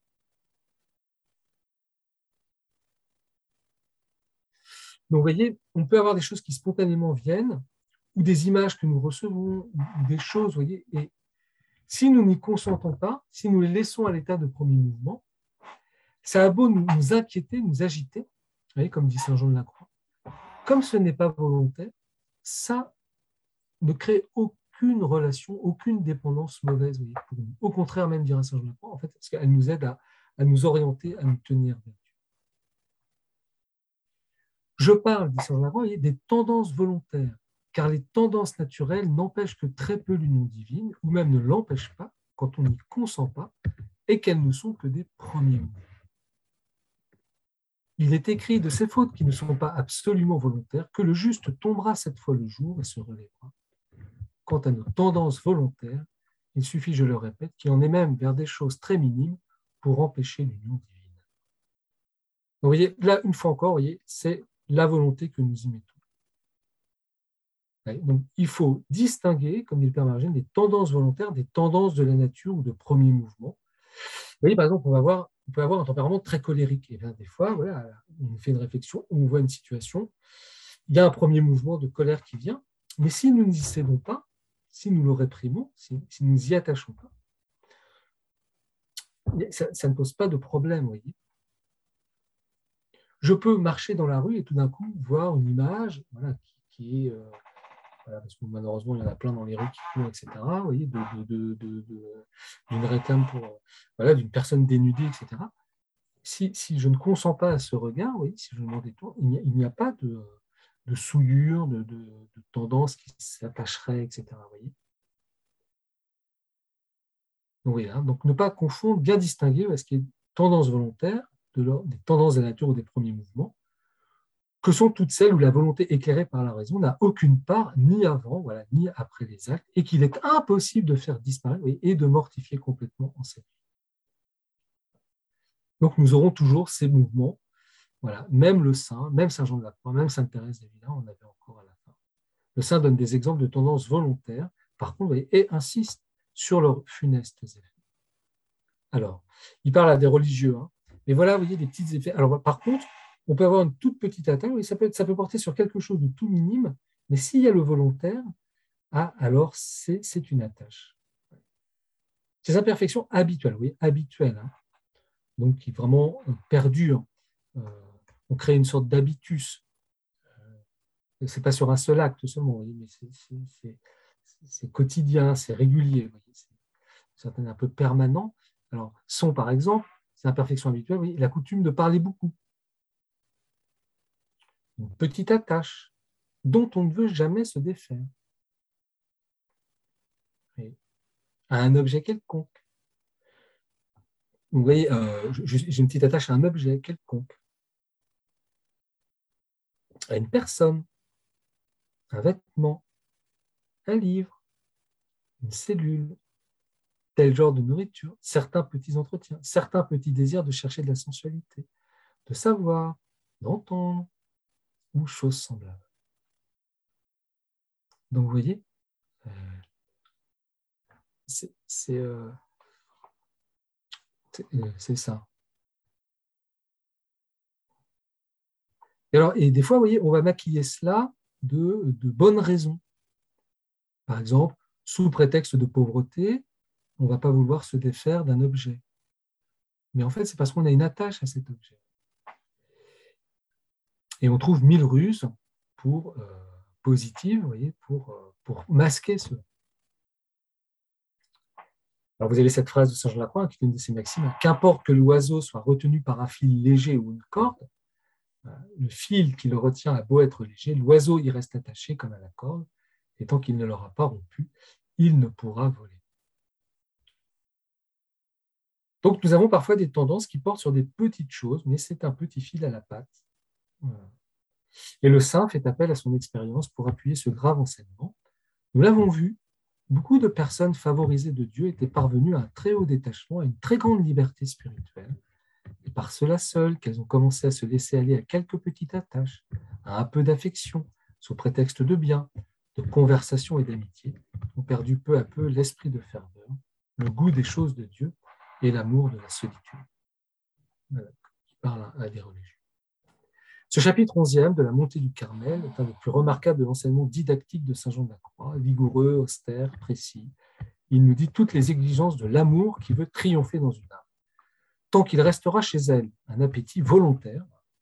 Donc, vous voyez, on peut avoir des choses qui spontanément viennent, ou des images que nous recevons, ou des choses, vous voyez, et si nous n'y consentons pas, si nous les laissons à l'état de premier mouvement, ça a beau nous inquiéter, nous agiter, vous voyez, comme dit Saint Jean de la Croix, comme ce n'est pas volontaire, ça ne crée aucune relation, aucune dépendance mauvaise, vous voyez, pour nous. Au contraire, même, dira Saint Jean de la Croix, en fait, parce qu'elle nous aide à nous orienter, à nous tenir vers Dieu. Je parle, dit Saint Jean de la Croix, des tendances volontaires, car les tendances naturelles n'empêchent que très peu l'union divine, ou même ne l'empêchent pas quand on n'y consent pas, et qu'elles ne sont que des premiers mots. Il est écrit de ces fautes qui ne sont pas absolument volontaires que le juste tombera cette fois le jour et se relèvera. Quant à nos tendances volontaires, il suffit, je le répète, qu'il en ait même vers des choses très minimes pour empêcher l'union divine. Donc, vous voyez, là, une fois encore, vous voyez, c'est la volonté que nous y mettons. Donc, il faut distinguer, comme dit le Père Margène, des tendances volontaires des tendances de la nature ou de premier mouvement. Vous voyez, par exemple, on peut avoir un tempérament très colérique. Et bien, des fois, voilà, on fait une réflexion, on voit une situation, il y a un premier mouvement de colère qui vient, mais si nous n'y cédons pas, si nous le réprimons, si nous y attachons pas, ça ne pose pas de problème, vous voyez. Je peux marcher dans la rue et tout d'un coup voir une image voilà, qui est... voilà, parce que malheureusement, il y en a plein dans les rues qui courent, etc. Vous voyez, d'une réclame pour, voilà, d'une personne dénudée, etc. Si je ne consens pas à ce regard, oui, si je m'en détourne, il n'y a pas de souillure, de tendance qui s'attacherait, etc. Vous voyez. Donc, oui, hein, donc, ne pas confondre, bien distinguer ce qui est tendance volontaire des tendances de la nature ou des premiers mouvements, que sont toutes celles où la volonté éclairée par la raison n'a aucune part ni avant, voilà, ni après les actes, et qu'il est impossible de faire disparaître et de mortifier complètement en cette vie. Donc nous aurons toujours ces mouvements, voilà, même le saint, même saint Jean de la Croix, même sainte Thérèse d'Avila, on avait encore à la fin. Le saint donne des exemples de tendances volontaires, par contre, et insiste sur leurs funestes effets. Alors, il parle à des religieux, hein, mais voilà, vous voyez, des petits effets. Alors, par contre, on peut avoir une toute petite attaque, et ça peut porter sur quelque chose de tout minime, mais s'il y a le volontaire, alors c'est une attache. Ces imperfections habituelles, oui, habituelles, hein, donc qui vraiment perdurent. On crée une sorte d'habitus. Ce n'est pas sur un seul acte seulement, mais c'est quotidien, c'est régulier, c'est un peu permanent. Alors, sont par exemple, ces imperfections habituelles, oui, la coutume de parler beaucoup. Une petite attache dont on ne veut jamais se défaire. À un objet quelconque. Vous voyez, j'ai une petite attache à un objet quelconque, à une personne, un vêtement, un livre, une cellule, tel genre de nourriture, certains petits entretiens, certains petits désirs de chercher de la sensualité, de savoir, d'entendre, ou choses semblables. Donc vous voyez, c'est ça. Et des fois, vous voyez, on va maquiller cela de bonnes raisons. Par exemple, sous prétexte de pauvreté, on ne va pas vouloir se défaire d'un objet. Mais en fait, c'est parce qu'on a une attache à cet objet. Et on trouve 1000 ruses positives, vous voyez, pour masquer cela. Alors vous avez cette phrase de Saint Jean de la Croix, qui est une de ses maximes, « Qu'importe que l'oiseau soit retenu par un fil léger ou une corde, le fil qui le retient a beau être léger, l'oiseau y reste attaché comme à la corde, et tant qu'il ne l'aura pas rompu, il ne pourra voler. » Donc nous avons parfois des tendances qui portent sur des petites choses, mais c'est un petit fil à la patte. Voilà. Et le saint fait appel à son expérience pour appuyer ce grave enseignement. Nous l'avons vu, beaucoup de personnes favorisées de Dieu étaient parvenues à un très haut détachement, à une très grande liberté spirituelle. Et par cela seul qu'elles ont commencé à se laisser aller à quelques petites attaches, à un peu d'affection, sous prétexte de bien, de conversation et d'amitié, ont perdu peu à peu l'esprit de ferveur, le goût des choses de Dieu et l'amour de la solitude. Voilà, qui parle à des religieux. Ce chapitre 11e de la montée du Carmel est un des plus remarquables de l'enseignement didactique de Saint Jean de la Croix, vigoureux, austère, précis. Il nous dit toutes les exigences de l'amour qui veut triompher dans une âme. Tant qu'il restera chez elle un appétit volontaire,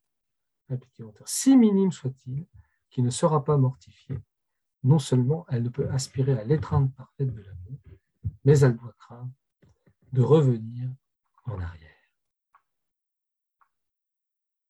si minime soit-il, qui ne sera pas mortifié, non seulement elle ne peut aspirer à l'étreinte parfaite de l'amour, mais elle doit craindre de revenir en arrière.